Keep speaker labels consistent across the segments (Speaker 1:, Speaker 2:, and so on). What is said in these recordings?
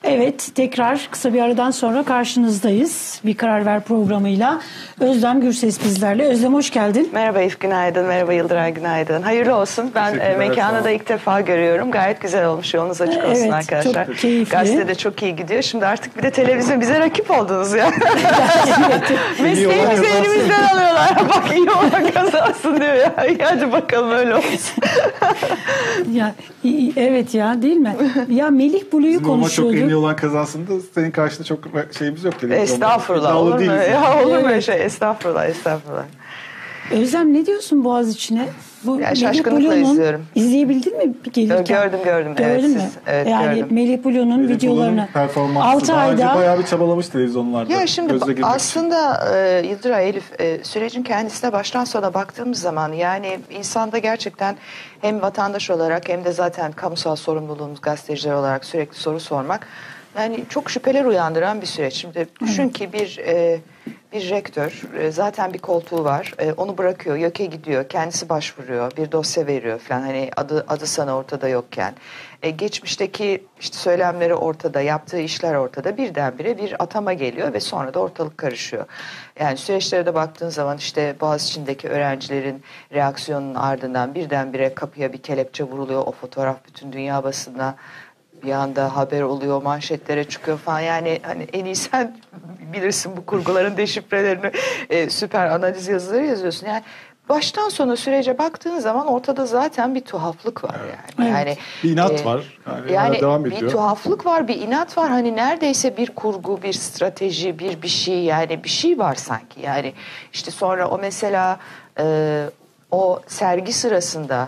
Speaker 1: Evet, tekrar kısa bir aradan sonra karşınızdayız. Bir Karar Ver programıyla. Özlem Gürses bizlerle. Özlem hoş geldin.
Speaker 2: Merhaba Elif, günaydın. Merhaba Yıldıray, günaydın. Hayırlı olsun. Ben mekanı da ilk defa görüyorum. Gayet güzel olmuş. Yolunuz açık olsun
Speaker 1: evet,
Speaker 2: arkadaşlar.
Speaker 1: Çok keyifli.
Speaker 2: Gazete de çok iyi gidiyor. Şimdi artık bir de televizyon. Bize rakip oldunuz ya. Mesleğimizi elimizden alıyorlar. Bak iyi olan kazansın diyor ya. Hadi bakalım öyle olsun.
Speaker 1: Ya, evet ya, değil mi? Ya Melih Bulu'yu konuşuyorduk.
Speaker 3: Çok en iyi olan kazansın da senin karşında çok şeyimiz yok.
Speaker 2: Estağfurullah. Olur mu? Ya olur mu öyle şey? Estağfurullah.
Speaker 1: Özlem ne diyorsun Boğaziçi'ne?
Speaker 2: Ya, şaşkınlıkla izliyorum.
Speaker 1: İzleyebildin mi gelirken?
Speaker 2: Gördüm.
Speaker 1: Gördün mü?
Speaker 2: Evet,
Speaker 1: yani
Speaker 2: gördüm.
Speaker 1: Melih Bulu'nun videolarını.
Speaker 3: Performansı
Speaker 1: 6 ayda
Speaker 3: bayağı bir çabalamış televizyonlarda.
Speaker 2: Ya şimdi aslında Yıldıray, Elif, sürecin kendisine baştan sona baktığımız zaman yani insanda gerçekten hem vatandaş olarak hem de zaten kamusal sorumluluğumuz gazeteciler olarak sürekli soru sormak yani çok şüpheler uyandıran bir süreç. Şimdi düşün ki bir rektör zaten bir koltuğu var, onu bırakıyor, YÖK'e gidiyor, kendisi başvuruyor, bir dosya veriyor falan, hani adı sana ortada yokken. Geçmişteki işte söylemleri ortada, yaptığı işler ortada, birdenbire bir atama geliyor ve sonra da ortalık karışıyor. Yani süreçlere de baktığın zaman işte Boğaziçi'ndeki öğrencilerin reaksiyonunun ardından birdenbire kapıya bir kelepçe vuruluyor, o fotoğraf bütün dünya basında bir anda haber oluyor, manşetlere çıkıyor falan. Yani hani en iyi sen bilirsin bu kurguların deşifrelerini, süper analiz yazıları yazıyorsun. Yani baştan sona sürece baktığın zaman ortada zaten bir tuhaflık var yani.
Speaker 1: Evet.
Speaker 2: Yani
Speaker 3: bir inat var. Yani devam ediyor.
Speaker 2: Bir tuhaflık var, bir inat var. Hani neredeyse bir kurgu, bir strateji, bir şey, yani bir şey var sanki. Yani işte sonra o mesela o sergi sırasında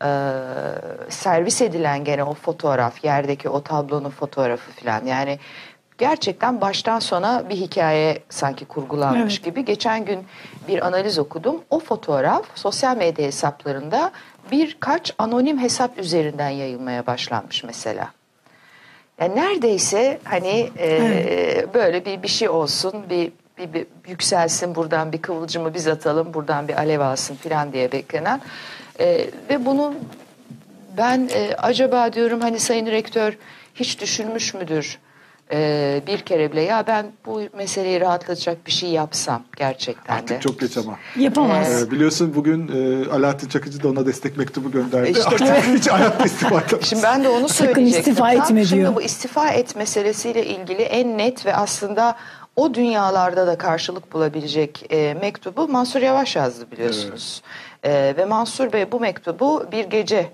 Speaker 2: servis edilen gene o fotoğraf, yerdeki o tablonun fotoğrafı falan, yani gerçekten baştan sona bir hikaye sanki kurgulanmış gibi. Geçen gün bir analiz okudum. O fotoğraf sosyal medya hesaplarında birkaç anonim hesap üzerinden yayılmaya başlanmış mesela. Yani neredeyse hani böyle bir şey olsun, bir yükselsin, buradan bir kıvılcımı biz atalım, buradan bir alev alsın falan diye beklenen ve bunu ben acaba diyorum hani Sayın Rektör hiç düşünmüş müdür bir kere bile, ya ben bu meseleyi rahatlatacak bir şey yapsam gerçekten
Speaker 3: artık
Speaker 2: de.
Speaker 3: Artık çok geç ama.
Speaker 1: Yapamaz.
Speaker 3: Biliyorsun bugün Alaaddin Çakıcı da ona destek mektubu gönderdi.
Speaker 2: İşte,
Speaker 3: artık hiç hayatta istifa etmez.
Speaker 2: Şimdi ben de onu söyleyecektim.
Speaker 1: istifa etme diyor.
Speaker 2: Şimdi bu istifa et meselesiyle ilgili en net ve aslında o dünyalarda da karşılık bulabilecek mektubu Mansur Yavaş yazdı biliyorsunuz. Ve Mansur Bey bu mektubu bir gece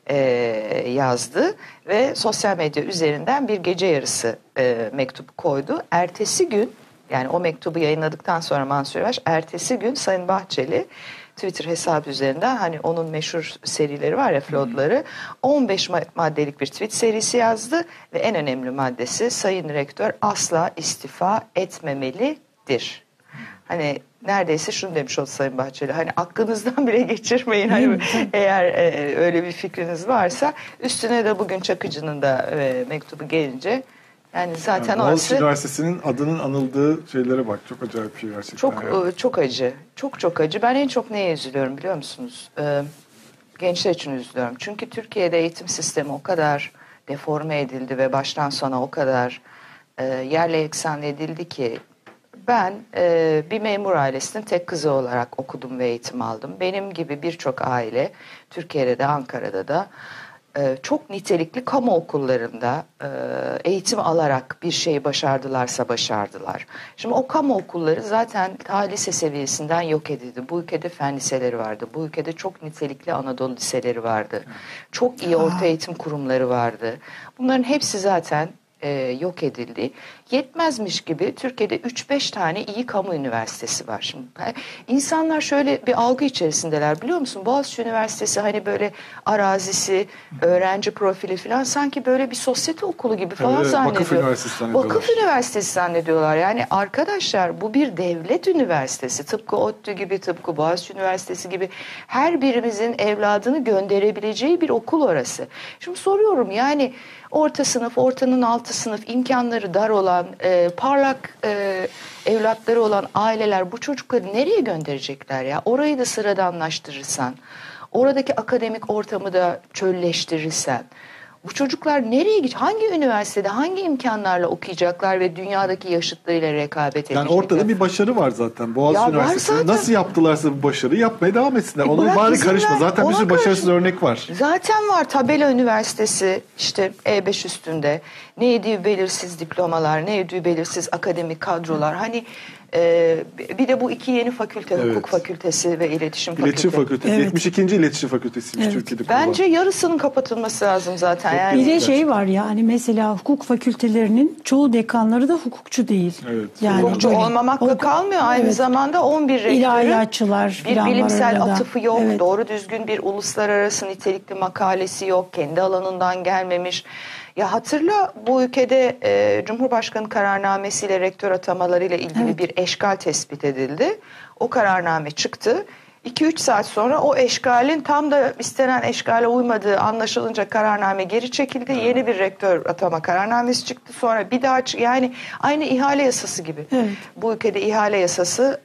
Speaker 2: yazdı ve sosyal medya üzerinden bir gece yarısı mektubu koydu. Ertesi gün, yani o mektubu yayınladıktan sonra Mansur Yavaş, ertesi gün Sayın Bahçeli Twitter hesabı üzerinden, hani onun meşhur serileri var ya, Flood'ları, 15 maddelik bir tweet serisi yazdı ve en önemli maddesi Sayın Rektör asla istifa etmemelidir. Hani neredeyse şunu demiş oldu Sayın Bahçeli, hani aklınızdan bile geçirmeyin hani eğer öyle bir fikriniz varsa. Üstüne de bugün Çakıcı'nın da mektubu gelince yani zaten
Speaker 3: Boğaziçi Üniversitesi'nin adının anıldığı şeylere bak, çok acayip bir şey gerçekten.
Speaker 2: Çok acı, çok acı. Ben en çok neye üzülüyorum biliyor musunuz? Gençler için üzülüyorum. Çünkü Türkiye'de eğitim sistemi o kadar deforme edildi ve baştan sona o kadar yerle yeksan edildi ki ben bir memur ailesinin tek kızı olarak okudum ve eğitim aldım. Benim gibi birçok aile Türkiye'de de Ankara'da da çok nitelikli kamu okullarında eğitim alarak bir şeyi başardılarsa başardılar. Şimdi o kamu okulları zaten ta lise seviyesinden yok edildi. Bu ülkede fen liseleri vardı. Bu ülkede çok nitelikli Anadolu liseleri vardı. Çok iyi orta eğitim kurumları vardı. Bunların hepsi zaten yok edildi. Yetmezmiş gibi Türkiye'de 3-5 tane iyi kamu üniversitesi var. Şimdi insanlar şöyle bir algı içerisindeler, biliyor musun? Boğaziçi Üniversitesi hani böyle arazisi, öğrenci profili falan sanki böyle bir sosyete okulu gibi falan zannediyor.
Speaker 3: Vakıf Üniversitesi zannediyorlar.
Speaker 2: Vakıf Üniversitesi zannediyorlar. Yani arkadaşlar bu bir devlet üniversitesi. Tıpkı ODTÜ gibi, tıpkı Boğaziçi Üniversitesi gibi her birimizin evladını gönderebileceği bir okul orası. Şimdi soruyorum, yani orta sınıf, ortanın altı sınıf, imkanları dar olan, parlak evlatları olan aileler bu çocukları nereye gönderecekler ya? Orayı da sıradanlaştırırsan, oradaki akademik ortamı da çölleştirirsen, Bu çocuklar nereye gidecek? Hangi üniversitede, hangi imkanlarla okuyacaklar ve dünyadaki yaşıtlarıyla rekabet edecekler?
Speaker 3: Yani ortada bir başarı var zaten. Boğaziçi Üniversitesi'nde nasıl yaptılarsa bu başarıyı yapmaya devam etsinler. Ona bari karışma. Zaten bir sürü başarısız örnek var.
Speaker 2: Zaten var. Tabela Üniversitesi işte E5 üstünde. Ne yediği belirsiz diplomalar, ne yediği belirsiz akademik kadrolar. Hani bir de bu iki yeni fakülte, hukuk fakültesi ve iletişim
Speaker 3: fakültesi. Evet. 72. iletişim fakültesiymiş Türkiye'de.
Speaker 2: Bence yarısının kapatılması lazım zaten. Yani.
Speaker 1: Bir de şey var yani mesela hukuk fakültelerinin çoğu dekanları da hukukçu değil.
Speaker 3: Evet.
Speaker 2: Yani hukukçu olmamakla kalmıyor. Aynı zamanda 11 rektörün
Speaker 1: ilahiyatçılar
Speaker 2: bir bilimsel
Speaker 1: var
Speaker 2: atıfı yok. Evet. Doğru düzgün bir uluslararası nitelikli makalesi yok. Kendi alanından gelmemiş. Ya hatırla bu ülkede Cumhurbaşkanı kararnamesiyle rektör atamalarıyla ilgili bir eşkal tespit edildi. O kararname çıktı. 2-3 saat sonra o eşkalin tam da istenen eşkale uymadığı anlaşılınca kararname geri çekildi. Yeni bir rektör atama kararnamesi çıktı. Sonra bir daha yani aynı ihale yasası gibi. Evet. Bu ülkede ihale yasası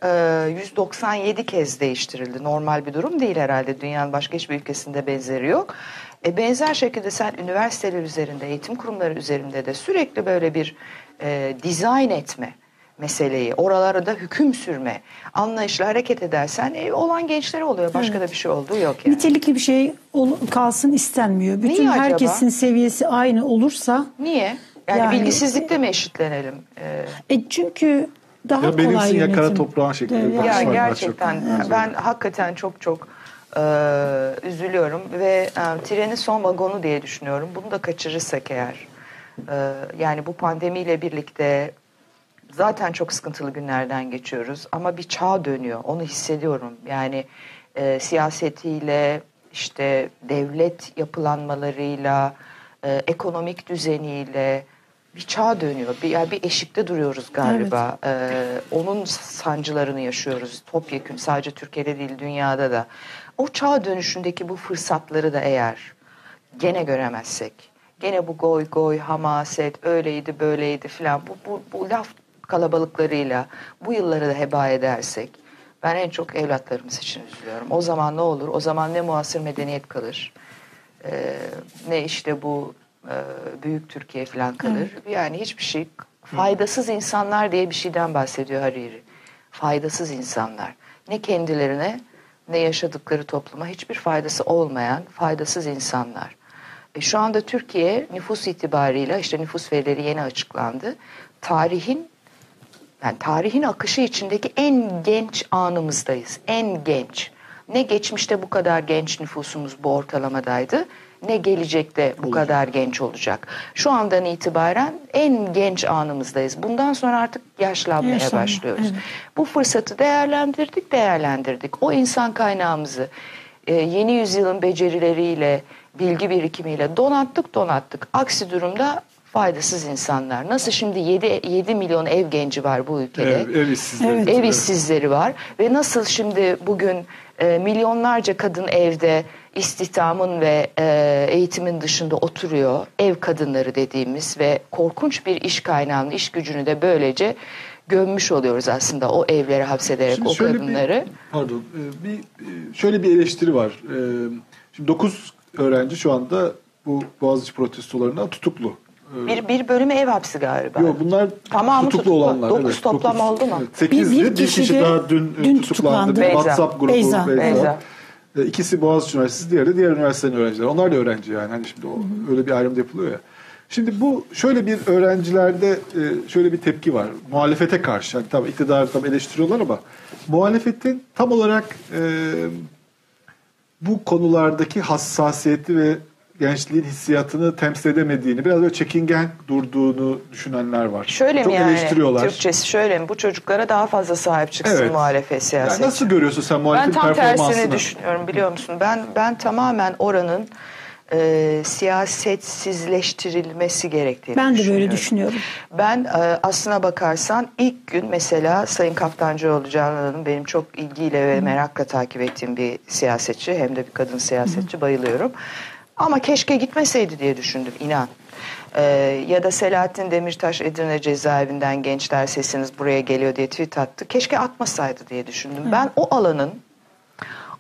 Speaker 2: 197 kez değiştirildi. Normal bir durum değil herhalde. Dünyanın başka hiçbir ülkesinde benzeri yok. Benzer şekilde sen üniversiteler üzerinde, eğitim kurumları üzerinde de sürekli böyle bir dizayn etme meseleyi, oralara da hüküm sürme anlayışla hareket edersen olan gençlere oluyor. Başka da bir şey olduğu yok yani.
Speaker 1: Nitelikli bir şey kalsın istenmiyor. Bütün
Speaker 2: Niye
Speaker 1: herkesin
Speaker 2: acaba?
Speaker 1: Seviyesi aynı olursa.
Speaker 2: Niye? Yani bilgisizlikle mi eşitlenelim?
Speaker 1: Çünkü daha kolay yönetim.
Speaker 3: Benimsin ya kara toprağın şeklinde.
Speaker 2: Ya gerçekten ben hakikaten çok üzülüyorum ve trenin son vagonu diye düşünüyorum. Bunu da kaçırırsak eğer yani bu pandemiyle birlikte zaten çok sıkıntılı günlerden geçiyoruz ama bir çağ dönüyor. Onu hissediyorum. Yani siyasetiyle, işte devlet yapılanmalarıyla, ekonomik düzeniyle bir çağ dönüyor. Bir eşikte duruyoruz galiba. Evet. Onun sancılarını yaşıyoruz. Topyekün sadece Türkiye'de değil dünyada da. O çağ dönüşündeki bu fırsatları da eğer gene göremezsek, gene bu goy goy, hamaset, öyleydi böyleydi filan bu laf kalabalıklarıyla bu yılları da heba edersek ben en çok evlatlarımız için üzülüyorum. O zaman ne olur? O zaman ne muasır medeniyet kalır? Ne işte bu büyük Türkiye falan kalır. Yani hiçbir şey. Faydasız insanlar diye bir şeyden bahsediyor Hariri. Faydasız insanlar. Ne kendilerine ne yaşadıkları topluma hiçbir faydası olmayan faydasız insanlar. Şu anda Türkiye nüfus itibarıyla işte nüfus verileri yeni açıklandı. Tarihin akışı içindeki en genç anımızdayız. En genç. Ne geçmişte bu kadar genç nüfusumuz bu ortalamadaydı, ne gelecekte bu kadar genç olacak. Şu andan itibaren en genç anımızdayız. Bundan sonra artık yaşlanmaya başlıyoruz. Evet. Bu fırsatı değerlendirdik. O insan kaynağımızı yeni yüzyılın becerileriyle, bilgi birikimiyle donattık. Aksi durumda faydasız insanlar. Nasıl şimdi 7 milyon ev genci var bu ülkede. Ev işsizleri var. Ve nasıl şimdi bugün milyonlarca kadın evde istihdamın ve eğitimin dışında oturuyor. Ev kadınları dediğimiz ve korkunç bir iş kaynağını, iş gücünü de böylece gömmüş oluyoruz aslında o evlere hapsederek şimdi o kadınları.
Speaker 3: Şöyle bir eleştiri var. Şimdi 9 öğrenci şu anda bu Boğaziçi protestolarından tutuklu.
Speaker 2: Bir bölümü ev hapsi galiba.
Speaker 3: Yok bunlar tamamı tutuklu olanlar.
Speaker 2: 9 toplam oldu mu?
Speaker 3: 8'di. Bir kişi daha dün tutuklandı. WhatsApp grubu Beyza. İkisi Boğaziçi Üniversitesi, diğeri de diğer üniversitenin öğrencileri. Onlar da öğrenci yani. Hani şimdi öyle bir ayrım yapılıyor ya. Şimdi bu şöyle bir öğrencilerde şöyle bir tepki var. Muhalefete karşı. Yani tabii iktidarı eleştiriyorlar ama muhalefetin tam olarak bu konulardaki hassasiyeti ve gençliğin hissiyatını temsil edemediğini, biraz böyle çekingen durduğunu düşünenler var.
Speaker 2: Şöyle
Speaker 3: çok
Speaker 2: mi yani?
Speaker 3: Eleştiriyorlar.
Speaker 2: Türkçesi şöyle mi? Bu çocuklara daha fazla sahip çıksın muhalefet siyasetçi.
Speaker 3: Yani nasıl görüyorsun sen muhalefetin performansını?
Speaker 2: Ben tam tersini düşünüyorum biliyor musun? Ben tamamen oranın siyasetsizleştirilmesi gerektiğini düşünüyorum.
Speaker 1: Ben de böyle düşünüyorum.
Speaker 2: Ben aslına bakarsan ilk gün mesela Sayın Kaftancıoğlu Canan Hanım benim çok ilgiyle ve merakla takip ettiğim bir siyasetçi. Hem de bir kadın siyasetçi. Bayılıyorum. Ama keşke gitmeseydi diye düşündüm inan. Ya da Selahattin Demirtaş Edirne cezaevinden gençler sesiniz buraya geliyor diye tweet attı. Keşke atmasaydı diye düşündüm. Ben o alanın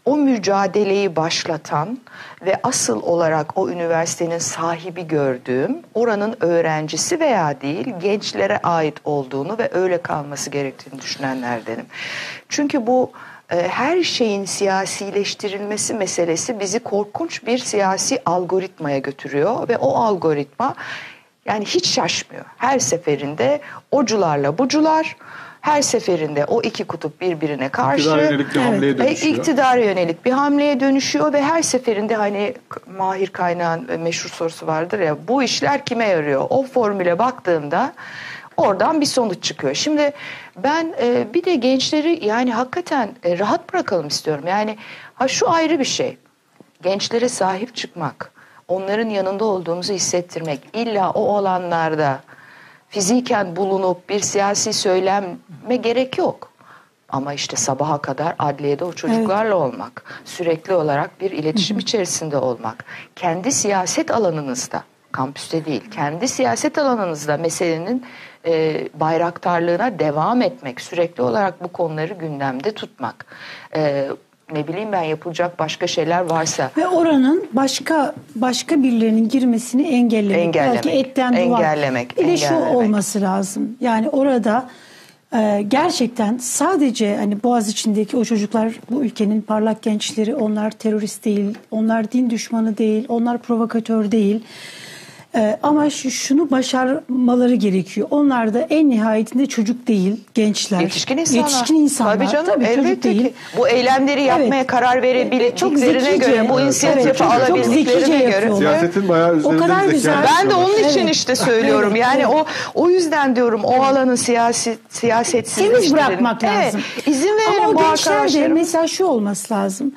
Speaker 2: o mücadeleyi başlatan ve asıl olarak o üniversitenin sahibi gördüğüm oranın öğrencisi veya değil gençlere ait olduğunu ve öyle kalması gerektiğini düşünenlerdenim. Çünkü bu her şeyin siyasileştirilmesi meselesi bizi korkunç bir siyasi algoritmaya götürüyor ve o algoritma yani hiç şaşmıyor. Her seferinde ocularla bucular, her seferinde o iki kutup birbirine karşı
Speaker 3: İktidara yönelik bir hamleye dönüşüyor.
Speaker 2: İktidara yönelik bir hamleye dönüşüyor ve her seferinde hani Mahir Kaynağ'ın meşhur sorusu vardır ya, bu işler kime yarıyor? O formüle baktığımda oradan bir sonuç çıkıyor. Şimdi ben bir de gençleri yani hakikaten rahat bırakalım istiyorum. Yani şu ayrı bir şey. Gençlere sahip çıkmak, onların yanında olduğumuzu hissettirmek, illa o alanlarda fiziken bulunup bir siyasi söyleme gerek yok. Ama işte sabaha kadar adliyede o çocuklarla olmak, sürekli olarak bir iletişim içerisinde olmak, kendi siyaset alanınızda, kampüste değil, kendi siyaset alanınızda meselenin bayraktarlığına devam etmek, sürekli olarak bu konuları gündemde tutmak, ne bileyim ben yapılacak başka şeyler varsa.
Speaker 1: Ve oranın başka birilerinin girmesini engellemek. Belki etten duvar.
Speaker 2: Engellemek.
Speaker 1: Bir de şu olması lazım. Yani orada gerçekten sadece hani Boğaziçi'ndeki o çocuklar, bu ülkenin parlak gençleri, onlar terörist değil, onlar din düşmanı değil, onlar provokatör değil. Ama şunu başarmaları gerekiyor. Onlar da en nihayetinde çocuk değil, gençler.
Speaker 2: Yetişkin insanlar.
Speaker 1: Tabii canım.
Speaker 2: Tabii, çocuk değil. Bu eylemleri yapmaya karar verebildiklerine göre, bu inisiyatifi alabildiklerine göre.
Speaker 3: Siyasetin bayağı üzerinde zeka.
Speaker 2: Ben de onun için işte söylüyorum. Yani o yüzden diyorum o alanın siyasetsizleştirilmesi.
Speaker 1: Temiz bırakmak lazım.
Speaker 2: İzin verelim
Speaker 1: ama
Speaker 2: bu
Speaker 1: gençlerde mesela şu olması lazım.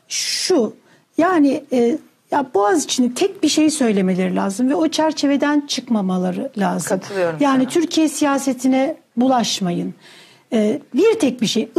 Speaker 1: Yani ya Boğaziçi'ne tek bir şey söylemeleri lazım ve o çerçeveden çıkmamaları lazım.
Speaker 2: Katılıyorum
Speaker 1: yani
Speaker 2: sana.
Speaker 1: Türkiye siyasetine bulaşmayın. Bir tek bir şey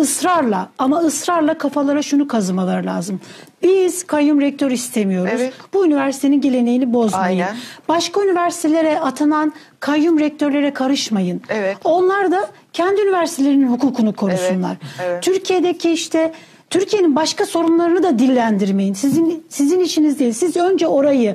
Speaker 1: ısrarla kafalara şunu kazımaları lazım. Biz kayyum rektör istemiyoruz.
Speaker 2: Evet.
Speaker 1: Bu üniversitenin geleneğini bozmayın.
Speaker 2: Aynen.
Speaker 1: Başka üniversitelere atanan kayyum rektörlere karışmayın.
Speaker 2: Evet.
Speaker 1: Onlar da kendi üniversitelerinin hukukunu korusunlar.
Speaker 2: Evet.
Speaker 1: Türkiye'deki Türkiye'nin başka sorunlarını da dillendirmeyin. Sizin işiniz değil. Siz önce orayı,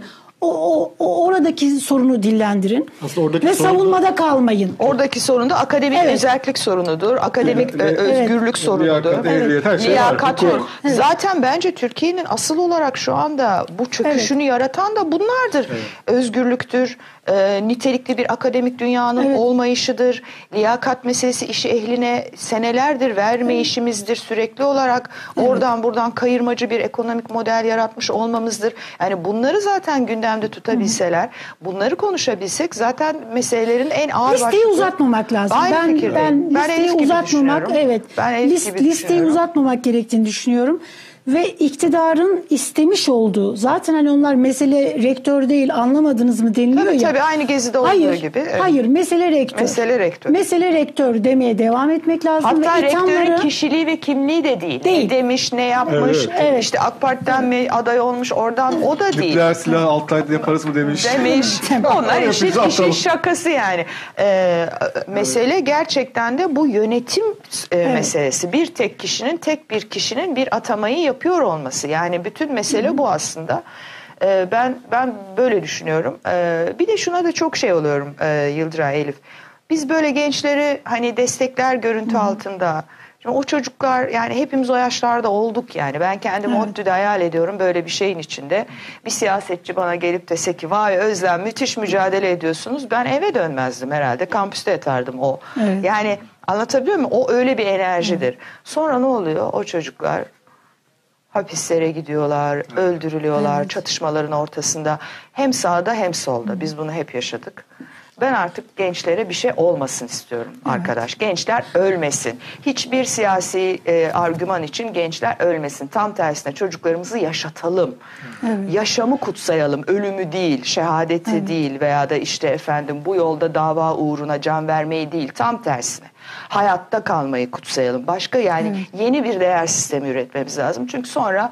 Speaker 1: oradaki sorunu dillendirin ve savunmada kalmayın.
Speaker 2: Oradaki sorun da akademik özellik sorunudur. Akademik özgürlük sorunudur. Liyakat, hukuk. Zaten bence Türkiye'nin asıl olarak şu anda bu çöküşünü yaratan da bunlardır. Evet. Özgürlüktür. Nitelikli bir akademik dünyanın olmayışıdır. Liyakat meselesi işi ehline senelerdir vermeyişimizdir. Sürekli olarak oradan buradan kayırmacı bir ekonomik model yaratmış olmamızdır. Yani bunları zaten gündemde tutabilseler, bunları konuşabilsek zaten meselelerin en ağır başlıkları.
Speaker 1: Listeyi uzatmamak lazım. Ben listeyi uzatmamak, listeyi uzatmamak gerektiğini düşünüyorum. Ve iktidarın istemiş olduğu, zaten hani onlar mesele rektör değil, anlamadınız mı deniliyor ya.
Speaker 2: Tabii aynı Gezi'de olduğu gibi. Evet.
Speaker 1: Hayır, mesele rektör. Mesele rektör demeye devam etmek lazım.
Speaker 2: Hatta rektörün kişiliği ve kimliği de değil. Ne demiş, ne yapmış, işte AK Parti'den mi aday olmuş, oradan o da değil.
Speaker 3: Nükleer silah 6 ayda yaparız mı demiş.
Speaker 2: Onlar işin şakası yani. Mesele gerçekten de bu yönetim meselesi. Tek bir kişinin bir atamayı yapıyor olması. Yani bütün mesele bu aslında. Ben böyle düşünüyorum. Bir de şuna da çok oluyorum Yıldıray, Elif. Biz böyle gençleri hani destekler görüntü altında. Şimdi o çocuklar yani hepimiz o yaşlarda olduk yani. Ben kendimi ODTÜ'de hayal ediyorum böyle bir şeyin içinde. Bir siyasetçi bana gelip dese ki vay Özlem müthiş mücadele ediyorsunuz. Ben eve dönmezdim herhalde. Kampüste yatardım o. Evet. Yani anlatabiliyor muyum? O öyle bir enerjidir. Sonra ne oluyor? O çocuklar hapislere gidiyorlar, öldürülüyorlar çatışmaların ortasında. Hem sağda hem solda. Biz bunu hep yaşadık. Ben artık gençlere bir şey olmasın istiyorum arkadaş. Gençler ölmesin. Hiçbir siyasi argüman için gençler ölmesin. Tam tersine çocuklarımızı yaşatalım. Evet. Yaşamı kutsayalım. Ölümü değil, şehadeti değil veya da işte efendim bu yolda dava uğruna can vermeyi değil. Tam tersine. Hayatta kalmayı kutsayalım. Başka yeni bir değer sistemi üretmemiz lazım. Çünkü sonra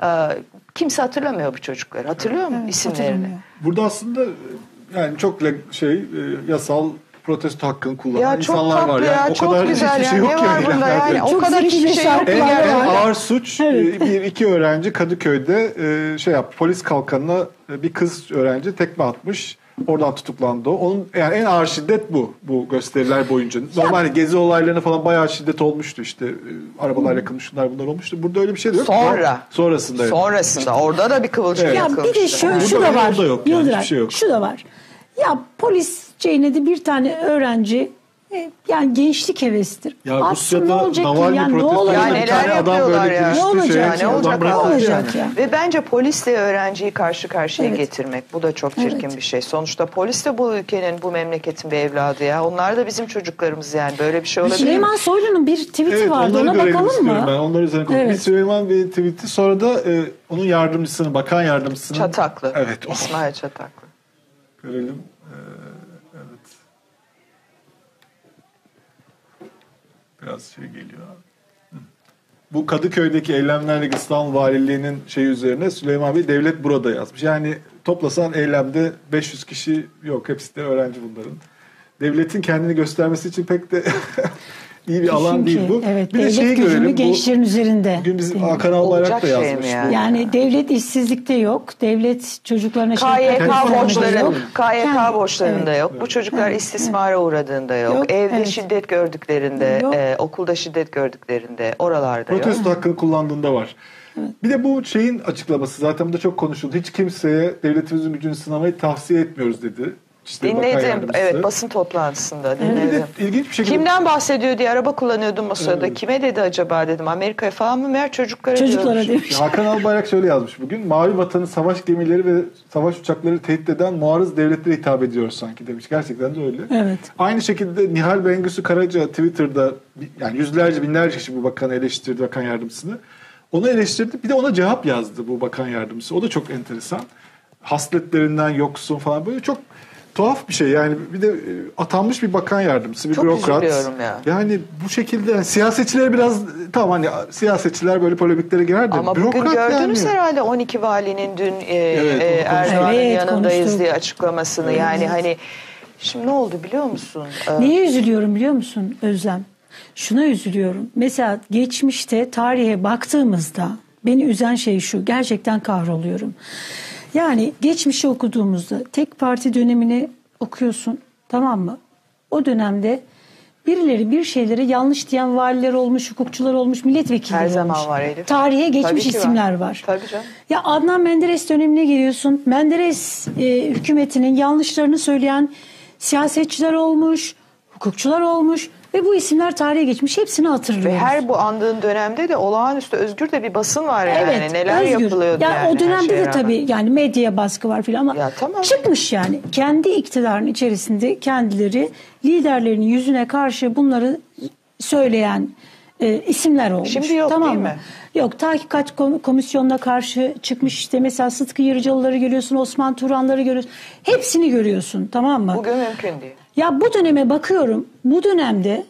Speaker 2: kimse hatırlamıyor bu çocukları. Hatırlıyor mu isimlerini?
Speaker 3: Burada aslında yani çok yasal protesto hakkını kullanan insanlar var. Yani o kadar
Speaker 2: güzel
Speaker 3: hiçbir şey yok
Speaker 2: ne var bunda yani? O kadar hiçbir şey yok.
Speaker 3: En ağır suç iki öğrenci Kadıköy'de polis kalkanına bir kız öğrenci tekme atmış. Oradan tutuklandı. Onun yani en ağır şiddet bu gösteriler boyunca. Normal gezi olaylarına falan bayağı şiddet olmuştu işte. Arabalar yakılmış, şunlar bunlar olmuştu. Burada öyle bir şey de yok. Sonrasında.
Speaker 2: Sonrasında. Orada da bir kıvılcım yakılmıştı.
Speaker 1: Ya bir de şu da var.
Speaker 3: Yok yani, hiçbir şey yok.
Speaker 1: Şu da var. Ya polis de bir tane öğrenci yani gençlik hevesidir.
Speaker 3: Ya Rusya'da Navalny protesto
Speaker 2: yani neler yapıyorlar ya.
Speaker 1: Ne olacak?
Speaker 2: Ne
Speaker 1: olacak ya?
Speaker 2: Ve bence polisle öğrenciyi karşı karşıya getirmek bu da çok çirkin bir şey. Sonuçta polis de bu ülkenin, bu memleketin bir evladı ya. Onlar da bizim çocuklarımız yani. Böyle bir şey olabilir mi?
Speaker 1: Süleyman Soylu'nun bir tweet'i vardı. Ona bakalım mı?
Speaker 3: Ben onları üzerine konuşayım. Bir Süleyman bir tweet'i, sonra da onun yardımcısını, bakan yardımcısını.
Speaker 2: Çataklı.
Speaker 3: Evet.
Speaker 2: İsmail Çataklı.
Speaker 3: Görelim. Biraz şey geliyor abi. Bu Kadıköy'deki eylemlerle İstanbul Valiliği'nin üzerine Süleyman Bey devlet burada yazmış. Yani toplasan eylemde 500 kişi yok. Hepsi de öğrenci bunların. Devletin kendini göstermesi için pek de iyi bir alan değil bu.
Speaker 1: Evet, bir devlet gücünü gençlerin üzerinde.
Speaker 3: Bugün bizim Hakan Albayrak da yazmış.
Speaker 1: Yani devlet işsizlikte yok. Devlet çocuklarına
Speaker 2: KYK borçlarında yok. Bu çocuklar istismara uğradığında yok. Evde şiddet gördüklerinde, okulda şiddet gördüklerinde, oralarda yok.
Speaker 3: Protesto hakkını kullandığında var. Evet. Bir de bu açıklaması zaten burada çok konuşuldu. Hiç kimseye devletimizin gücünü sınamayı tavsiye etmiyoruz dedi.
Speaker 2: Dinledim. Evet, basın toplantısında dinledim.
Speaker 3: İlginç bir şekilde.
Speaker 2: Kimden bahsediyor diye araba kullanıyordum masada. Evet. Kime dedi acaba dedim. Amerika'ya falan mı? Meğer çocuklara
Speaker 1: demiş.
Speaker 3: Hakan Albayrak şöyle yazmış bugün. Mavi vatanı savaş gemileri ve savaş uçakları tehdit eden muarız devletlere hitap ediyor sanki demiş. Gerçekten de öyle.
Speaker 1: Evet.
Speaker 3: Aynı şekilde Nihal Bengüsü Karaca Twitter'da yani yüzlerce binlerce kişi bu bakanı eleştirdi, bakan yardımcısını. Onu eleştirdi. Bir de ona cevap yazdı bu bakan yardımcısı. O da çok enteresan. Hasletlerinden yoksun falan böyle çok tuhaf bir şey yani. Bir de atanmış bir bakan yardımcısı, bir
Speaker 2: çok
Speaker 3: bürokrat.
Speaker 2: Çok üzülüyorum ya.
Speaker 3: Yani bu şekilde yani siyasetçiler biraz tamam hani siyasetçiler böyle polemiklere girer de
Speaker 2: ama bugün gördünüz herhalde 12 valinin dün Erdoğan'ın yanındayız diye açıklamasını. Evet. Yani hani şimdi ne oldu biliyor musun?
Speaker 1: Neye üzülüyorum biliyor musun Özlem? Şuna üzülüyorum. Mesela geçmişte tarihe baktığımızda beni üzen şey şu. Gerçekten kahroluyorum. Yani geçmişi okuduğumuzda tek parti dönemini okuyorsun, tamam mı? O dönemde birileri bir şeyleri yanlış diyen valiler olmuş, hukukçular olmuş, milletvekilleri olmuş.
Speaker 2: Her zaman var Elif.
Speaker 1: Tarihe geçmiş isimler var.
Speaker 2: Tabii canım.
Speaker 1: Ya Adnan Menderes dönemine geliyorsun. Menderes hükümetinin yanlışlarını söyleyen siyasetçiler olmuş, hukukçular olmuş. Ve bu isimler tarihe geçmiş. Hepsini hatırlıyoruz.
Speaker 2: Ve her bu andığın dönemde de olağanüstü özgür de bir basın var yani. Evet, neler özgür. Yapılıyordu
Speaker 1: ya
Speaker 2: yani.
Speaker 1: O dönemde de tabii yani medyaya baskı var filan ama tamam. Çıkmış yani. Kendi iktidarın içerisinde kendileri liderlerinin yüzüne karşı bunları söyleyen isimler olmuş.
Speaker 2: Şimdi yok
Speaker 1: tamam
Speaker 2: değil
Speaker 1: mı?
Speaker 2: mi?
Speaker 1: Yok, tahkikat komisyonuna karşı çıkmış işte mesela Sıtkı Yırıcalıları görüyorsun, Osman Turanları görüyorsun. Hepsini görüyorsun, tamam mı?
Speaker 2: Bugün mümkün değil.
Speaker 1: Ya bu döneme bakıyorum. Bu dönemde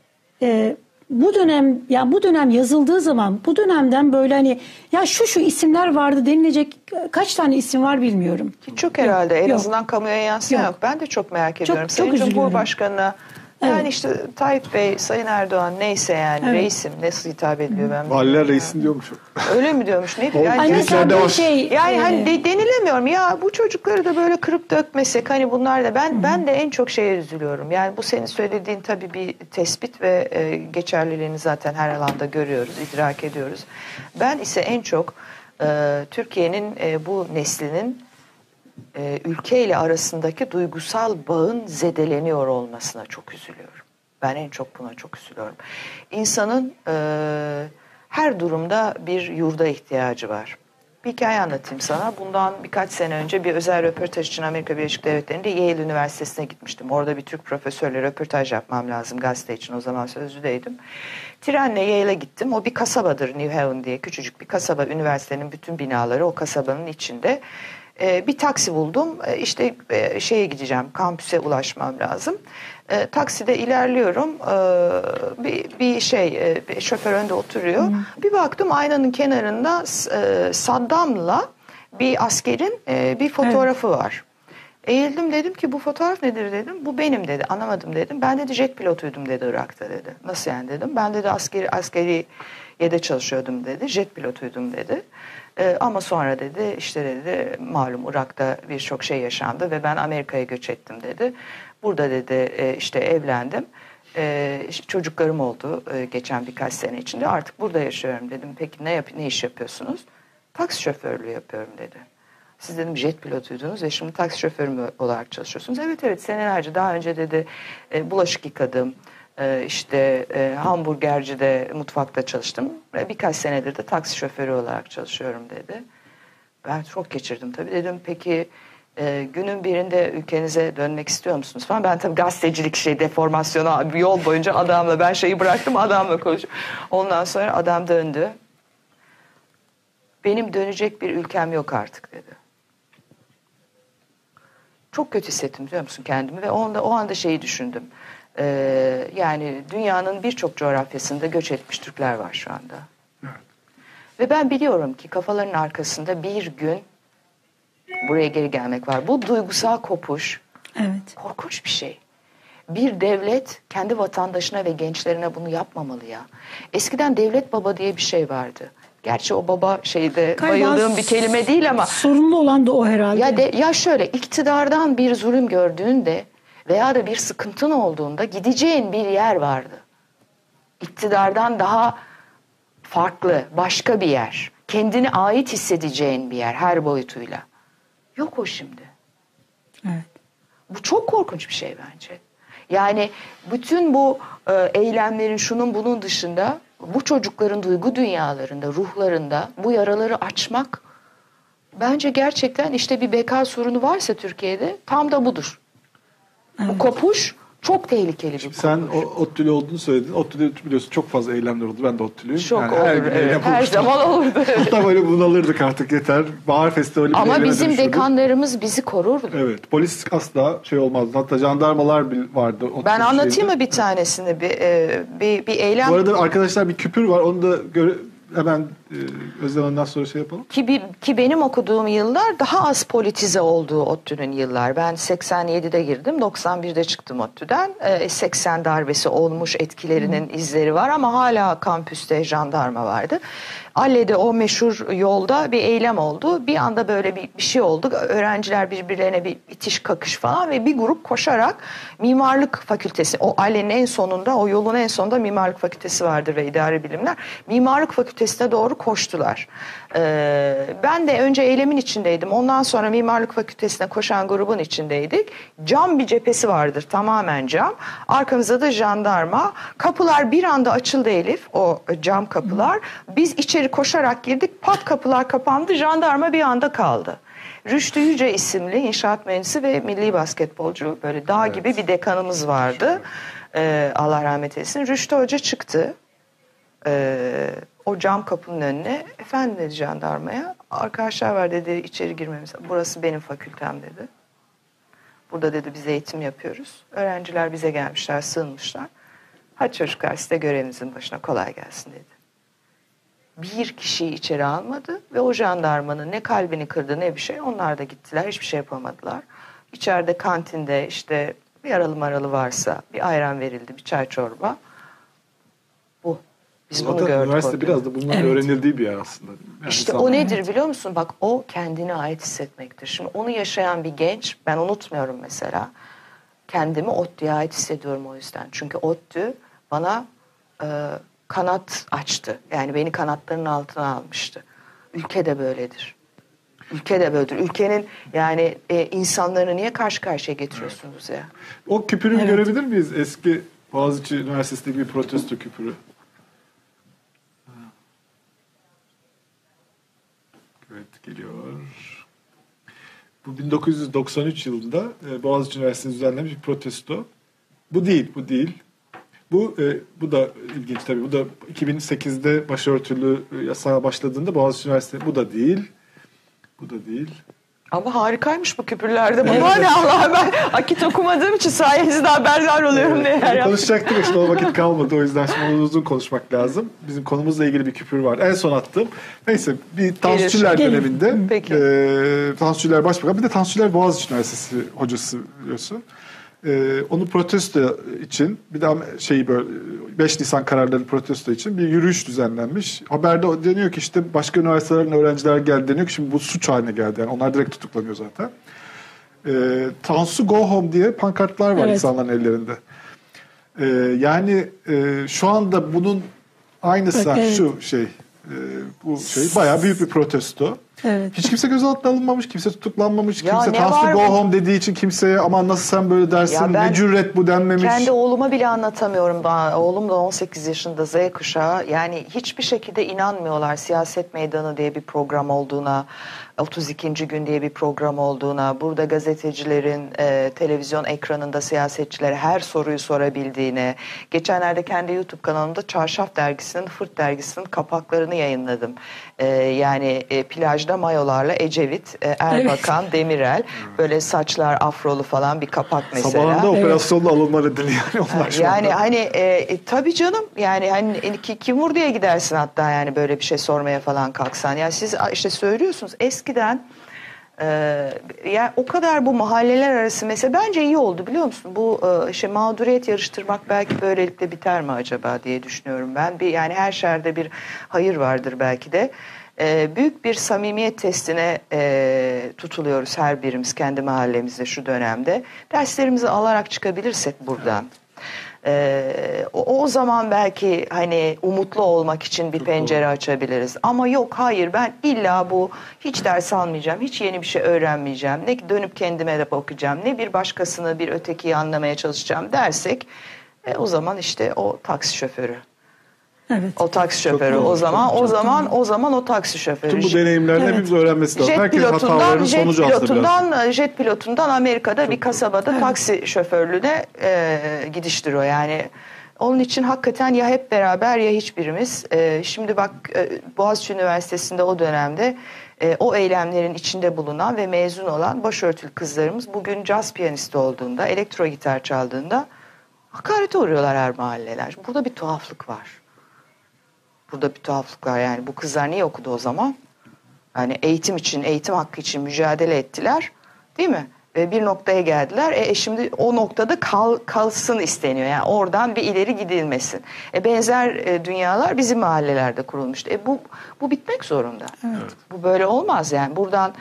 Speaker 1: bu dönem yazıldığı zaman bu dönemden böyle hani ya şu isimler vardı denilecek kaç tane isim var bilmiyorum.
Speaker 2: Çok herhalde en azından kamuya yansıyan yok. Ben de çok merak ediyorum. Sayın Cumhurbaşkanı'na yani işte Tayyip Bey, Sayın Erdoğan neyse yani reisim nasıl hitap ediliyor ben.
Speaker 3: Valiler reisin diyormuş.
Speaker 2: Öyle mi diyormuş? Ne
Speaker 1: diyor? Yani
Speaker 2: hani denilemiyorum ya bu çocukları da böyle kırıp dökmesek hani bunlar da ben de en çok şeye üzülüyorum. Yani bu senin söylediğin tabii bir tespit ve geçerliliğini zaten her alanda görüyoruz, idrak ediyoruz. Ben ise en çok Türkiye'nin bu neslinin ülkeyle arasındaki duygusal bağın zedeleniyor olmasına çok üzülüyorum. Ben en çok buna çok üzülüyorum. İnsanın her durumda bir yurda ihtiyacı var. Bir hikaye anlatayım sana. Bundan birkaç sene önce bir özel röportaj için Amerika Birleşik Devletleri'nde Yale Üniversitesi'ne gitmiştim. Orada bir Türk profesörle röportaj yapmam lazım gazete için. O zaman sözcüdeydim. Trenle Yale'e gittim. O bir kasabadır, New Haven diye küçücük bir kasaba. Üniversitenin bütün binaları o kasabanın içinde. Bir taksi buldum. İşte şeye gideceğim, kampüse ulaşmam lazım. Takside ilerliyorum. Bir şoför önde oturuyor. Bir baktım aynanın kenarında Saddam'la bir askerin bir fotoğrafı var. Eğildim, dedim ki bu fotoğraf nedir dedim. Bu benim dedi. Anlamadım dedim. Ben dedi jet pilotuydum dedi Irak'ta dedi. Nasıl yani dedim. Ben dedi askeriyede çalışıyordum dedi. Jet pilotuydum dedi. Ama sonra dedi işte dedi malum Irak'ta birçok şey yaşandı ve ben Amerika'ya göç ettim dedi. Burada dedi işte evlendim. Çocuklarım oldu geçen birkaç sene içinde. Artık burada yaşıyorum dedim. Peki ne iş yapıyorsunuz? Taksi şoförlüğü yapıyorum dedi. Siz dedim jet pilotuydunuz ve şimdi taksi şoförü olarak çalışıyorsunuz. Evet senelerce daha önce dedi bulaşık yıkadım. İşte hamburgercide mutfakta çalıştım. Birkaç senedir de taksi şoförü olarak çalışıyorum dedi. Ben çok geçirdim tabii. Dedim peki günün birinde ülkenize dönmek istiyor musunuz falan. Ben tabii gazetecilik deformasyonu yol boyunca adamla ben şeyi bıraktım adamla konuşuyorum. Ondan sonra adam döndü. Benim dönecek bir ülkem yok artık dedi. Çok kötü hissettim biliyor musun kendimi ve o anda şeyi düşündüm. Yani dünyanın birçok coğrafyasında göç etmiş Türkler var şu anda. Evet. Ve ben biliyorum ki kafalarının arkasında bir gün buraya geri gelmek var. Bu duygusal kopuş korkunç bir şey. Bir devlet kendi vatandaşına ve gençlerine bunu yapmamalı ya. Eskiden devlet baba diye bir şey vardı. Gerçi o baba bayıldığım bir kelime değil ama.
Speaker 1: Sorunlu olan da o herhalde.
Speaker 2: Ya şöyle iktidardan bir zulüm gördüğünde veya da bir sıkıntın olduğunda gideceğin bir yer vardı. İktidardan daha farklı, başka bir yer. Kendine ait hissedeceğin bir yer her boyutuyla. Yok o şimdi.
Speaker 1: Evet.
Speaker 2: Bu çok korkunç bir şey bence. Yani bütün bu eylemlerin şunun bunun dışında bu çocukların duygu dünyalarında, ruhlarında bu yaraları açmak bence gerçekten işte bir beka sorunu varsa Türkiye'de tam da budur. Evet. Bu kopuş çok tehlikeli bir kopuş.
Speaker 3: Sen ODTÜ'lü olduğunu söyledin. ODTÜ'de biliyorsun çok fazla eylemler oldu. Ben de ODTÜ'lüyüm.
Speaker 2: Çok yani olur. Her zaman olurdu.
Speaker 3: Hatta böyle bunalırdık artık yeter. Bahar Festivali
Speaker 2: ama bizim dekanlarımız bizi korurdu.
Speaker 3: Evet. Polis asla olmazdı. Hatta jandarmalar vardı.
Speaker 2: Ben anlatayım mı bir tanesini? Bir eylem.
Speaker 3: Bu arada arkadaşlar bir küpür var. Onu da hemen Özlem Hanım'dan sonra yapalım.
Speaker 2: Ki benim okuduğum yıllar daha az politize olduğu ODTÜ'nün yıllar. Ben 87'de girdim, 91'de çıktım ODTÜ'den. 80 darbesi olmuş, etkilerinin izleri var ama hala kampüste jandarma vardı. Alle'de o meşhur yolda bir eylem oldu. Bir anda böyle bir şey oldu. Öğrenciler birbirlerine bir itiş kakış falan ve bir grup koşarak Mimarlık Fakültesi, o Alle'nin en sonunda, o yolun en sonunda Mimarlık Fakültesi vardır ve idari bilimler. Mimarlık Fakültesi'ne doğru koştular. Ben de önce eylemin içindeydim. Ondan sonra Mimarlık Fakültesi'ne koşan grubun içindeydik. Cam bir cephesi vardır, tamamen cam. Arkamızda da jandarma. Kapılar bir anda açıldı Elif, o cam kapılar. Biz içeri koşarak girdik. Pat kapılar kapandı. Jandarma bir anda kaldı. Rüştü Yüce isimli inşaat mühendisi ve milli basketbolcu, böyle dağ gibi bir dekanımız vardı. Allah rahmet eylesin. Rüştü Hoca çıktı. O cam kapının önüne, efendim dedi jandarmaya, arkadaşlar var dedi içeri girmemiz. Burası benim fakültem dedi. Burada dedi biz eğitim yapıyoruz. Öğrenciler bize gelmişler, sığınmışlar. Hadi çocuklar siz de görevinizin başına, kolay gelsin dedi. Bir kişiyi içeri almadı ve o jandarmanın ne kalbini kırdı ne bir şey. Onlar da gittiler, hiçbir şey yapamadılar. İçeride kantinde işte bir yaralı maralı varsa bir ayran verildi, bir çay çorba. Bu. Biz bunu gördük.
Speaker 3: Üniversite biraz da bunların öğrenildiği bir yer aslında.
Speaker 2: Yani işte o nedir biliyor musun? Bak o kendine ait hissetmektir. Şimdi onu yaşayan bir genç, ben unutmuyorum mesela. Kendimi ODTÜ'ye ait hissediyorum o yüzden. Çünkü ODTÜ bana kanat açtı. Yani beni kanatlarının altına almıştı. Ülke de böyledir. Ülke de böyledir. Ülkenin yani insanlarını niye karşı karşıya getiriyorsunuz ya?
Speaker 3: O küpürü görebilir miyiz? Eski Boğaziçi Üniversitesi'ndeki bir protesto küpürü. Evet, geliyor. Bu 1993 yılında Boğaziçi Üniversitesi'nde düzenlenmiş bir protesto. Bu değil. Bu da ilginç tabii. Bu da 2008'de başörtülü yasağa başladığında Boğaziçi Üniversitesi. Bu da değil.
Speaker 2: Ama harikaymış bu küpürlerde. Bunlar ne Allah'ım, ben akit okumadığım için sayenizde haberdar oluyorum diye.
Speaker 3: Konuşacaktık işte, o vakit kalmadı. O yüzden şimdi uzun konuşmak lazım. Bizim konumuzla ilgili bir küpür var. En son attım. Neyse, bir Tansu Çiller döneminde. Tansu Çiller Başbakan, bir de Tansu Çiller Boğaziçi Üniversitesi hocası biliyorsun. Onu protesto için, bir daha böyle 5 Nisan kararlarını protesto için bir yürüyüş düzenlenmiş. Haberde deniyor ki işte başka üniversitelerin öğrenciler geldi deniyor ki şimdi bu suç haline geldi. Yani onlar direkt tutuklanıyor zaten. Tansu Go Home diye pankartlar var insanların ellerinde. Şu anda bunun aynısı bu bayağı büyük bir protesto.
Speaker 1: Evet.
Speaker 3: Hiç kimse gözaltına alınmamış, kimse tutuklanmamış, kimse Tansu Go Home dediği için kimseye aman nasıl sen böyle dersin, ne cüret bu denmemiş.
Speaker 2: Kendi oğluma bile anlatamıyorum. Oğlum da 18 yaşında, Z kuşağı. Yani hiçbir şekilde inanmıyorlar siyaset meydanı diye bir program olduğuna, 32. gün diye bir program olduğuna, burada gazetecilerin televizyon ekranında siyasetçilere her soruyu sorabildiğine. Geçenlerde kendi YouTube kanalımda Çarşaf dergisinin, Fırt dergisinin kapaklarını yayınladım. Plajda mayolarla Ecevit, Erbakan, Demirel, böyle saçlar afrolu falan bir kapak mesela.
Speaker 3: Sabahında operasyonla alınma nedeni onlar şu anda.
Speaker 2: Tabii canım, kim vur diye gidersin hatta, yani böyle bir şey sormaya falan kalksan. Yani siz işte söylüyorsunuz eskiden yani o kadar bu mahalleler arası mesela bence iyi oldu, biliyor musun? Bu mağduriyet yarıştırmak belki böylelikle biter mi acaba diye düşünüyorum ben. Yani her şerde bir hayır vardır belki de. Büyük bir samimiyet testine tutuluyoruz her birimiz kendi mahallemizde şu dönemde. Derslerimizi alarak çıkabilirsek buradan. O zaman belki umutlu olmak için bir pencere açabiliriz. Ama yok, hayır, ben illa hiç ders almayacağım, hiç yeni bir şey öğrenmeyeceğim, ne dönüp kendime de bakacağım, ne bir başkasını, bir ötekiyi anlamaya çalışacağım dersek o zaman işte o taksi şoförü.
Speaker 1: Evet.
Speaker 2: O taksi şoförü o zaman o taksi şoförü.
Speaker 3: Tüm bu deneyimlerini hepimiz öğrenmesi lazım. Herkes hatalarının sonucu aslında.
Speaker 2: Jet pilotundan Amerika'da bir kasabada taksi şoförlüğüne gidiştiriyor yani. Onun için hakikaten ya hep beraber ya hiçbirimiz. Şimdi bak, Boğaziçi Üniversitesi'nde o dönemde o eylemlerin içinde bulunan ve mezun olan başörtülü kızlarımız bugün caz piyanisti olduğunda, elektro gitar çaldığında hakarete uğruyorlar her mahalleler. Burada bir tuhaflık var. Yani bu kızlar niye okudu o zaman? Yani eğitim için, eğitim hakkı için mücadele ettiler, değil mi? Ve bir noktaya geldiler. Şimdi o noktada kalsın isteniyor. Yani oradan bir ileri gidilmesin. Benzer dünyalar bizim mahallelerde kurulmuştu. Bu bitmek zorunda.
Speaker 1: Evet.
Speaker 2: Bu böyle olmaz yani. Buradan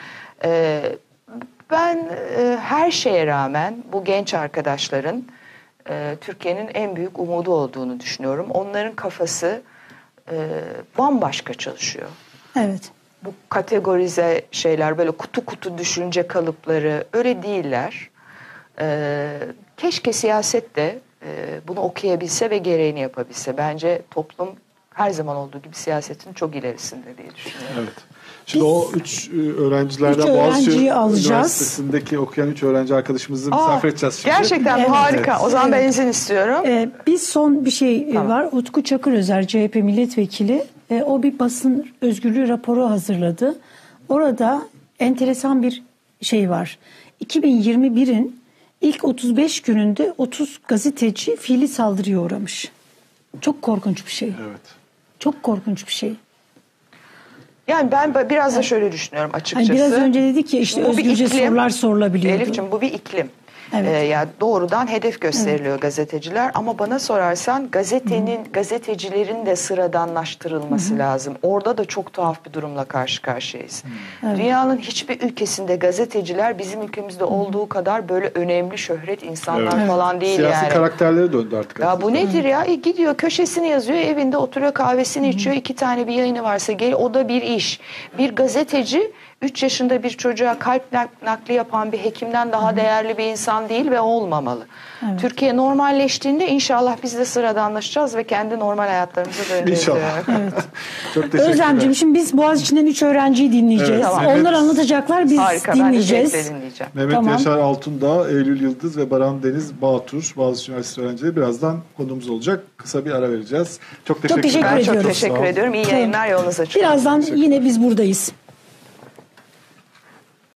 Speaker 2: ben her şeye rağmen bu genç arkadaşların Türkiye'nin en büyük umudu olduğunu düşünüyorum. Onların kafası bambaşka çalışıyor.
Speaker 1: Evet.
Speaker 2: Bu kategorize şeyler, böyle kutu kutu düşünce kalıpları öyle değiller. Keşke siyaset de bunu okuyabilse ve gereğini yapabilse. Bence toplum her zaman olduğu gibi siyasetin çok ilerisinde diye düşünüyorum.
Speaker 3: Evet. Şimdi o 3 öğrencilerden Boğaziçi Üniversitesi'ndeki okuyan 3 öğrenci arkadaşımızı misafir edeceğiz şimdi.
Speaker 2: Gerçekten bu harika. Evet. O zaman ben izin istiyorum.
Speaker 1: Bir son bir şey var. Utku Çakırözer, CHP milletvekili. O bir basın özgürlüğü raporu hazırladı. Orada enteresan bir şey var. 2021'in ilk 35 gününde 30 gazeteci fiili saldırıya uğramış. Çok korkunç bir şey.
Speaker 3: Evet.
Speaker 1: Çok korkunç bir şey.
Speaker 2: Yani ben biraz da şöyle düşünüyorum açıkçası.
Speaker 1: Biraz önce dedik ya işte özgürce sorular sorulabiliyordu.
Speaker 2: Elif'ciğim, bu bir iklim.
Speaker 1: Evet.
Speaker 2: Yani doğrudan hedef gösteriliyor gazeteciler, ama bana sorarsan gazetecilerin de sıradanlaştırılması lazım. Orada da çok tuhaf bir durumla karşı karşıyayız. Evet. Dünyanın hiçbir ülkesinde gazeteciler bizim ülkemizde olduğu kadar böyle önemli şöhret insanlar falan değil.
Speaker 3: Siyasi karakterlere döndü artık.
Speaker 2: Ya bu nedir ya? Gidiyor köşesini yazıyor, evinde oturuyor, kahvesini içiyor, 2 tane bir yayını varsa o da bir iş. Bir gazeteci 3 yaşında bir çocuğa kalp nakli yapan bir hekimden daha değerli bir insan değil ve olmamalı. Evet. Türkiye normalleştiğinde inşallah biz de sıradanlaşacağız ve kendi normal hayatlarımıza döneceğiz.
Speaker 3: İnşallah. Evet. Çok teşekkürler.
Speaker 1: Özlemciğim, şimdi biz Boğaziçi'nden 3 öğrenciyi dinleyeceğiz. Evet, tamam. Onlar anlatacaklar, biz dinleyeceğiz.
Speaker 2: Ben de dinleyeceğim.
Speaker 3: Mehmet Yaşar Altundağ, Eylül Yıldız ve Baran Deniz Bağtur, Boğaziçi Üniversitesi öğrencileri birazdan konumuz olacak. Kısa bir ara vereceğiz. Çok teşekkür
Speaker 2: ediyorum. İyi yayınlar, yolunuz açık.
Speaker 1: Birazdan yine biz buradayız.